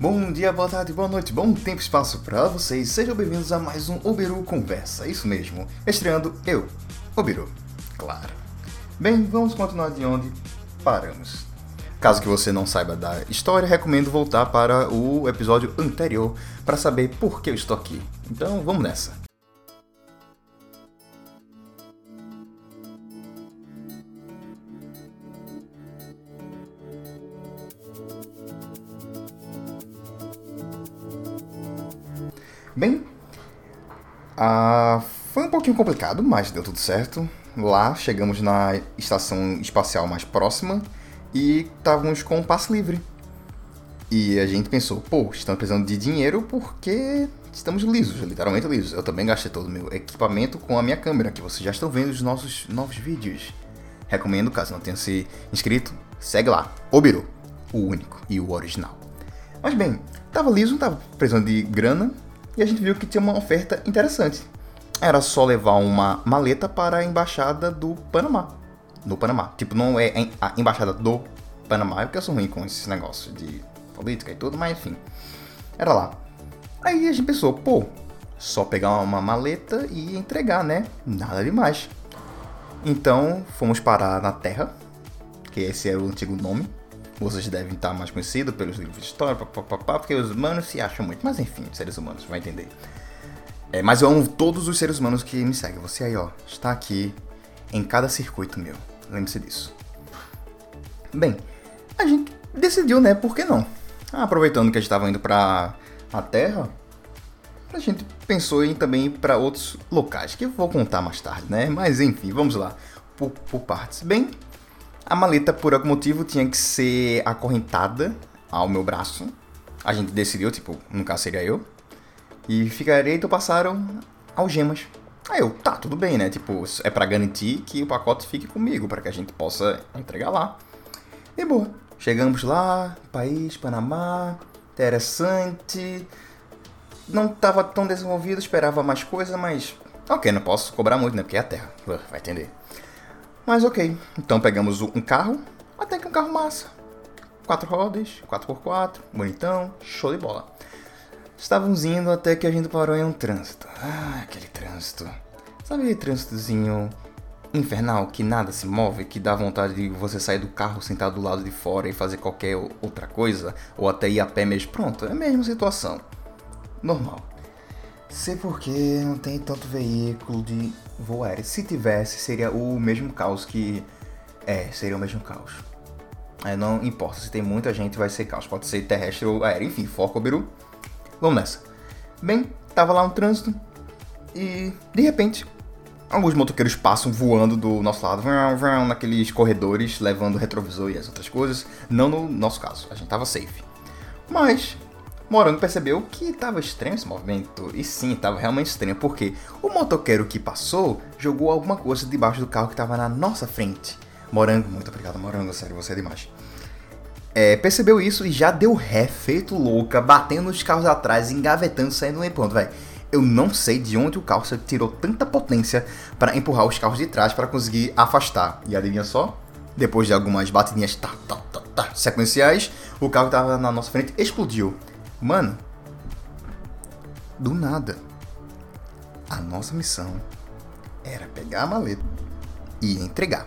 Bom dia, boa tarde, boa noite, bom tempo e espaço pra vocês. Sejam bem-vindos a mais um Obiru Conversa, isso mesmo. Estreando eu, Obiru, claro. Bem, vamos continuar de onde paramos. Caso que você não saiba da história, recomendo voltar para o episódio anterior para saber por que eu estou aqui. Então, vamos nessa. Bem, foi um pouquinho complicado, mas deu tudo certo. Lá chegamos na estação espacial mais próxima e estávamos com um passe livre. E a gente pensou, estamos precisando de dinheiro porque estamos lisos, literalmente lisos. Eu também gastei todo o meu equipamento com a minha câmera, que vocês já estão vendo os nossos novos vídeos. Recomendo, caso não tenha se inscrito, segue lá, Obiru, o único e o original. Mas bem, tava liso, tava precisando de grana. E a gente viu que tinha uma oferta interessante. Era só levar uma maleta para a embaixada do Panamá. No Panamá. Tipo, não é a embaixada do Panamá, porque eu sou ruim com esses negócios de política e tudo, mas enfim. Era lá. Aí a gente pensou, só pegar uma maleta e entregar, né? Nada demais. Então, fomos parar na Terra, que esse era o antigo nome. Vocês devem estar mais conhecidos pelos livros de história, porque os humanos se acham muito. Mas enfim, seres humanos, vai entender. Mas eu amo todos os seres humanos que me seguem. Você aí, está aqui em cada circuito meu. Lembre-se disso. Bem, a gente decidiu, né? Por que não? Aproveitando que a gente estava indo para a Terra, a gente pensou em também ir para outros locais, que eu vou contar mais tarde, né? Mas enfim, vamos lá. Por partes. Bem, a maleta, por algum motivo, tinha que ser acorrentada ao meu braço. A gente decidiu, no caso seria eu. E ficaria, então passaram algemas. Aí eu, tudo bem, né? É pra garantir que o pacote fique comigo, para que a gente possa entregar lá. E boa, chegamos lá, país, Panamá, interessante. Não tava tão desenvolvido, esperava mais coisa, mas... Ok, não posso cobrar muito, né? Porque é a Terra, vai entender. Mas ok, então pegamos um carro, até que um carro massa. 4 rodas, 4x4, bonitão, show de bola. Estávamos indo até que a gente parou em um trânsito. Aquele trânsito. Sabe aquele trânsitozinho infernal que nada se move, que dá vontade de você sair do carro, sentar do lado de fora e fazer qualquer outra coisa? Ou até ir a pé mesmo? Pronto, é a mesma situação. Normal. Sei porque não tem tanto veículo de voo aéreo. Se tivesse, seria o mesmo caos que... seria o mesmo caos. Não importa, se tem muita gente vai ser caos. Pode ser terrestre ou aéreo. Enfim, foco, Obiru. Vamos nessa. Bem, tava lá no trânsito e, de repente, alguns motoqueiros passam voando do nosso lado, naqueles corredores, levando retrovisor e as outras coisas. Não no nosso caso, a gente tava safe. Mas... Morango percebeu que estava estranho esse movimento. E sim, estava realmente estranho, porque o motoqueiro que passou jogou alguma coisa debaixo do carro que estava na nossa frente. Morango, muito obrigado, Morango, sério, você é demais. Percebeu isso e já deu ré, feito louca, batendo nos carros atrás, engavetando, saindo no ponto, velho. Eu não sei de onde o carro tirou tanta potência para empurrar os carros de trás para conseguir afastar. E adivinha só? Depois de algumas batidinhas sequenciais, o carro que estava na nossa frente explodiu. Mano, do nada, a nossa missão era pegar a maleta e entregar.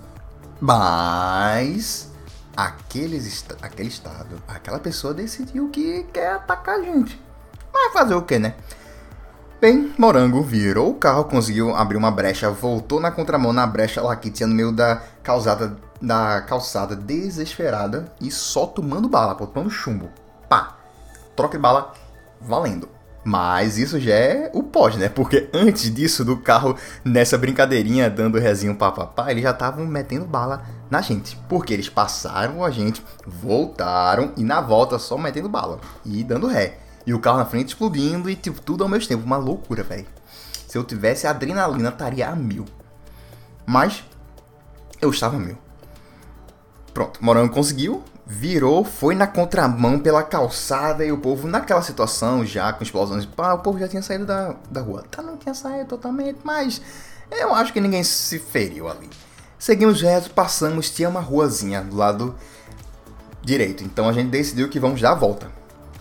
Mas aquele estado, aquela pessoa decidiu que quer atacar a gente. Mas fazer o que, né? Bem, Morango virou o carro, conseguiu abrir uma brecha, voltou na contramão na brecha lá que tinha no meio da calçada desesperada e só tomando bala, tomando chumbo. Troca de bala, valendo. Mas isso já é o pós, né? Porque antes disso, do carro, nessa brincadeirinha, dando rezinho papapá, eles já estavam metendo bala na gente. Porque eles passaram a gente, voltaram e na volta só metendo bala e dando ré. E o carro na frente explodindo e tudo ao mesmo tempo. Uma loucura, velho. Se eu tivesse adrenalina, estaria a 1000. Mas eu estava a 1000. Pronto, Morango conseguiu. Virou, foi na contramão pela calçada e o povo naquela situação já com explosões. O povo já tinha saído da rua. Não tinha saído totalmente, mas eu acho que ninguém se feriu ali. Seguimos reto, passamos, tinha uma ruazinha do lado direito. Então a gente decidiu que vamos dar a volta.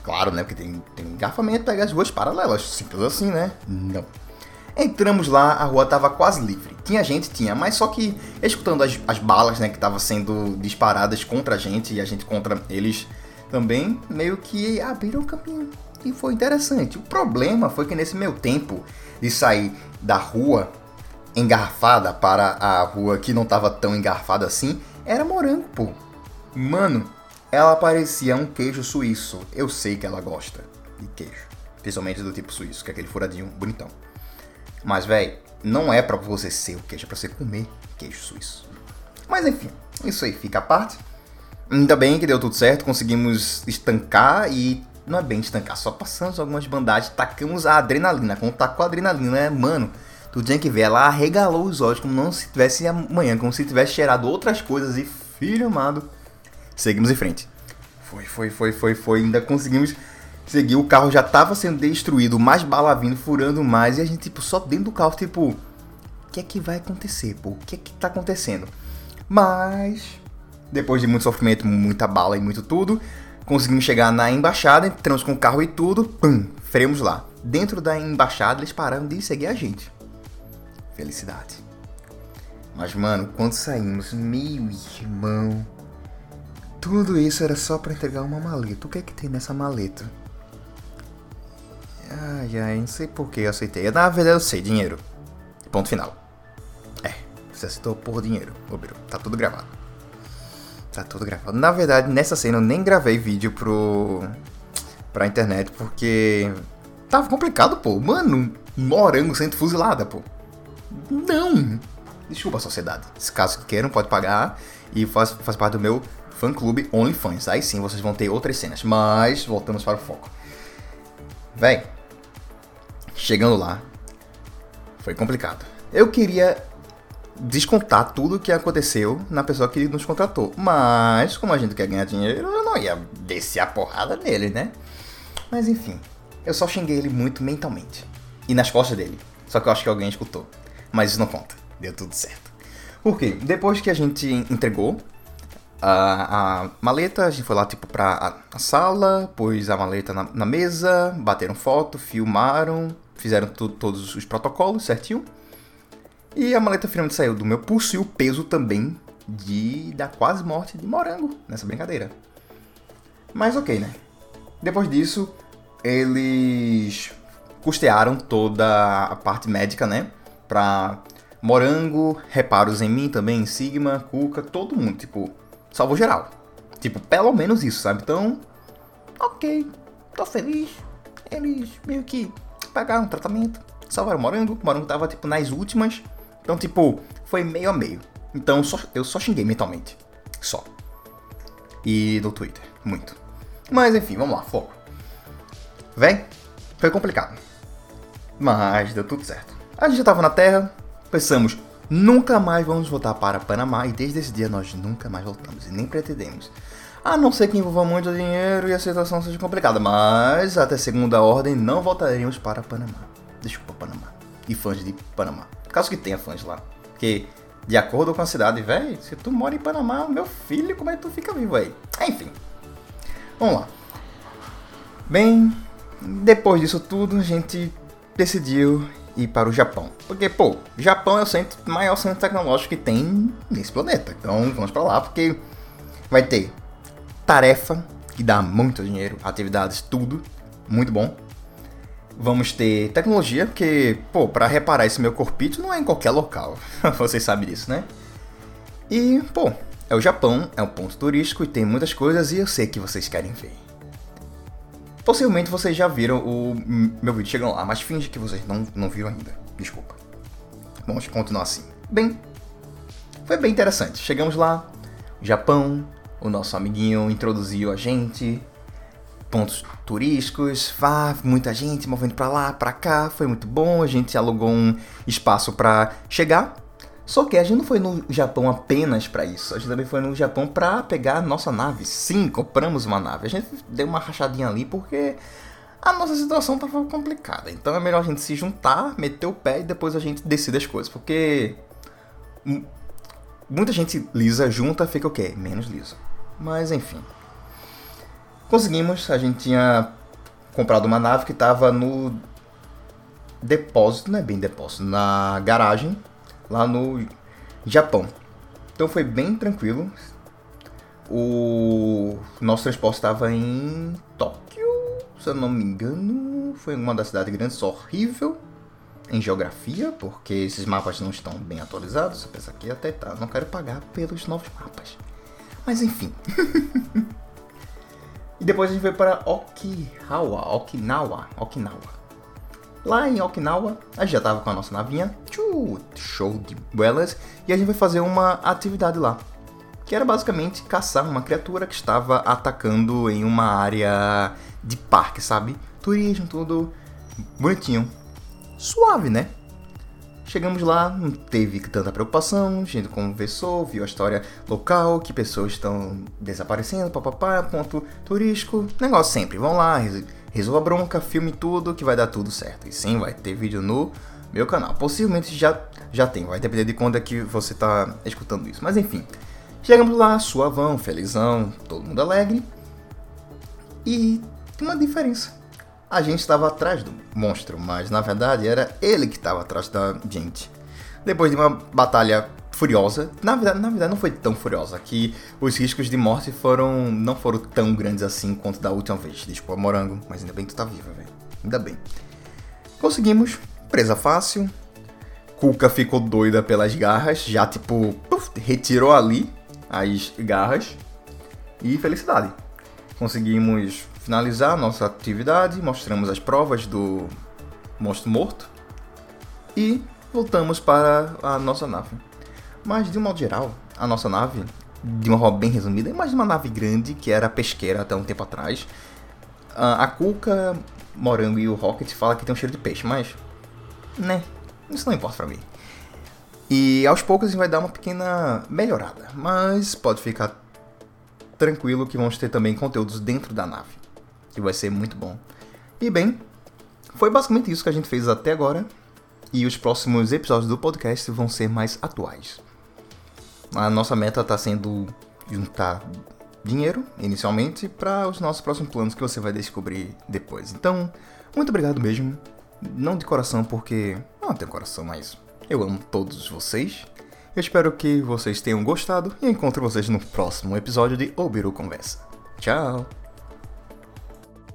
Claro, né? Porque tem um engarrafamento, pega as ruas paralelas. Simples assim, né? Não. Entramos lá, a rua tava quase livre. Tinha gente, mas só que escutando as balas, né, que estavam sendo disparadas contra a gente e a gente contra eles também, meio que abriram o caminho. E foi interessante. O problema foi que nesse meio tempo de sair da rua engarrafada para a rua que não tava tão engarrafada assim, era Morango, pô. Mano, ela parecia um queijo suíço. Eu sei que ela gosta de queijo, principalmente do tipo suíço, que é aquele furadinho bonitão. Mas, véi, não é pra você ser o queijo, é pra você comer queijo suíço. Mas, enfim, isso aí fica à parte. Ainda bem que deu tudo certo, conseguimos estancar e... Não é bem estancar, só passamos algumas bandagens, tacamos a adrenalina. Quando tacou a adrenalina, né, mano, tu tinha que ver, ela arregalou os olhos como não se tivesse amanhã, como se tivesse cheirado outras coisas e, filho amado, seguimos em frente. Foi, ainda conseguimos... Seguiu, o carro já tava sendo destruído, mais bala vindo, furando mais, e a gente, tipo, só dentro do carro, tipo, o que é que vai acontecer, pô? O que é que tá acontecendo? Mas, depois de muito sofrimento, muita bala e muito tudo, conseguimos chegar na embaixada, entramos com o carro e tudo, pum, freamos lá. Dentro da embaixada, eles pararam de seguir a gente. Felicidade. Mas, mano, quando saímos, meu irmão, tudo isso era só pra entregar uma maleta. O que é que tem nessa maleta? Ai, não sei por que eu aceitei. Na verdade eu sei, dinheiro. Ponto final. Você aceitou por dinheiro, ô Biro. Tá tudo gravado. Na verdade, nessa cena eu nem gravei vídeo pra internet, porque tava complicado, pô. Mano, Morango sendo fuzilada, pô. Não. Desculpa a sociedade. Se caso queiram, pode pagar. E faz parte do meu fã-clube OnlyFans. Aí sim, vocês vão ter outras cenas. Mas, voltamos para o foco. Véi, chegando lá, foi complicado. Eu queria descontar tudo o que aconteceu na pessoa que nos contratou. Mas, como a gente quer ganhar dinheiro, eu não ia descer a porrada nele, né? Mas enfim, eu só xinguei ele muito mentalmente. E nas costas dele. Só que eu acho que alguém escutou. Mas isso não conta. Deu tudo certo. Por quê? Depois que a gente entregou a maleta, a gente foi lá tipo pra a sala, pôs a maleta na mesa, bateram foto, filmaram, fizeram todos os protocolos certinho. E a maleta finalmente saiu do meu pulso e o peso também da quase morte de Morango nessa brincadeira. Mas ok, né? Depois disso, eles custearam toda a parte médica, né? Pra Morango, reparos em mim também, em Sigma, Cuca, todo mundo, tipo, salvou geral. Tipo, pelo menos isso, sabe? Então, ok, tô feliz. Eles meio que pagaram o tratamento, salvaram o Morango tava, tipo, nas últimas. Então, tipo, foi meio a meio. Então, eu só xinguei mentalmente. Só. E no Twitter, muito. Mas, enfim, vamos lá, foco. Véi, foi complicado. Mas deu tudo certo. A gente já tava na Terra, pensamos, nunca mais vamos voltar para Panamá. E desde esse dia nós nunca mais voltamos e nem pretendemos. A não ser que envolva muito dinheiro e a situação seja complicada. Mas, até segunda ordem, não voltaremos para Panamá. Desculpa, Panamá. E fãs de Panamá. Caso que tenha fãs lá. Porque, de acordo com a cidade, velho, se tu mora em Panamá, meu filho, como é que tu fica vivo aí? Enfim. Vamos lá. Bem, depois disso tudo, a gente decidiu ir para o Japão. Porque, pô, o Japão é o maior centro tecnológico que tem nesse planeta. Então, vamos para lá, porque vai ter tarefa, que dá muito dinheiro, atividades, tudo. Muito bom. Vamos ter tecnologia, porque, pô, pra reparar esse meu corpite não é em qualquer local. Vocês sabem disso, né? E, pô, é o Japão, é um ponto turístico e tem muitas coisas e eu sei que vocês querem ver. Possivelmente vocês já viram o meu vídeo chegando lá, mas finge que vocês não viram ainda. Desculpa. Vamos continuar assim. Bem, foi bem interessante. Chegamos lá, Japão, o nosso amiguinho introduziu a gente... Pontos turísticos, muita gente movendo pra lá, pra cá, foi muito bom, a gente alugou um espaço pra chegar, só que a gente não foi no Japão apenas pra isso, a gente também foi no Japão pra pegar a nossa nave. Sim, compramos uma nave, a gente deu uma rachadinha ali porque a nossa situação tava complicada, então é melhor a gente se juntar, meter o pé e depois a gente decide as coisas, porque muita gente lisa junta fica o quê? Menos liso, mas enfim. Conseguimos, a gente tinha comprado uma nave que estava no depósito, não é bem depósito, na garagem, lá no Japão. Então foi bem tranquilo. O nosso transporte estava em Tóquio, se eu não me engano. Foi uma das cidades grandes, horrível em geografia, porque esses mapas não estão bem atualizados. Apesar que até tá, não quero pagar pelos novos mapas. Mas enfim. E depois a gente foi para Okinawa. Lá em Okinawa, a gente já tava com a nossa navinha, show de belas, e a gente vai fazer uma atividade lá, que era basicamente caçar uma criatura que estava atacando em uma área de parque, sabe? Turismo, tudo bonitinho, suave, né? Chegamos lá, não teve tanta preocupação, a gente conversou, viu a história local, que pessoas estão desaparecendo, papapá, ponto turístico, negócio sempre, vão lá, resolva a bronca, filme tudo, que vai dar tudo certo. E sim, vai ter vídeo no meu canal, possivelmente já tem, vai depender de quando é que você tá escutando isso, mas enfim. Chegamos lá, suavão, felizão, todo mundo alegre, e tem uma diferença. A gente estava atrás do monstro, mas na verdade era ele que estava atrás da gente. Depois de uma batalha furiosa, na verdade não foi tão furiosa, que os riscos de morte não foram tão grandes assim quanto da última vez. Desculpa, Morango, mas ainda bem que tu tá viva, velho. Ainda bem. Conseguimos, presa fácil. Cuca ficou doida pelas garras, já retirou ali as garras. E felicidade. Conseguimos finalizar a nossa atividade, mostramos as provas do monstro morto e voltamos para a nossa nave. Mas de um modo geral, a nossa nave, de uma forma bem resumida, é mais uma nave grande que era pesqueira até um tempo atrás. A Cuca, Morango e o Rocket falam que tem um cheiro de peixe, mas né, isso não importa pra mim. E aos poucos a gente vai dar uma pequena melhorada, mas pode ficar tranquilo que vamos ter também conteúdos dentro da nave, que vai ser muito bom. E bem, foi basicamente isso que a gente fez até agora, e os próximos episódios do podcast vão ser mais atuais. A nossa meta está sendo juntar dinheiro, inicialmente, para os nossos próximos planos que você vai descobrir depois. Então, muito obrigado mesmo, não de coração porque não tenho coração, mas eu amo todos vocês. Eu espero que vocês tenham gostado e eu encontro vocês no próximo episódio de Obiru Conversa. Tchau!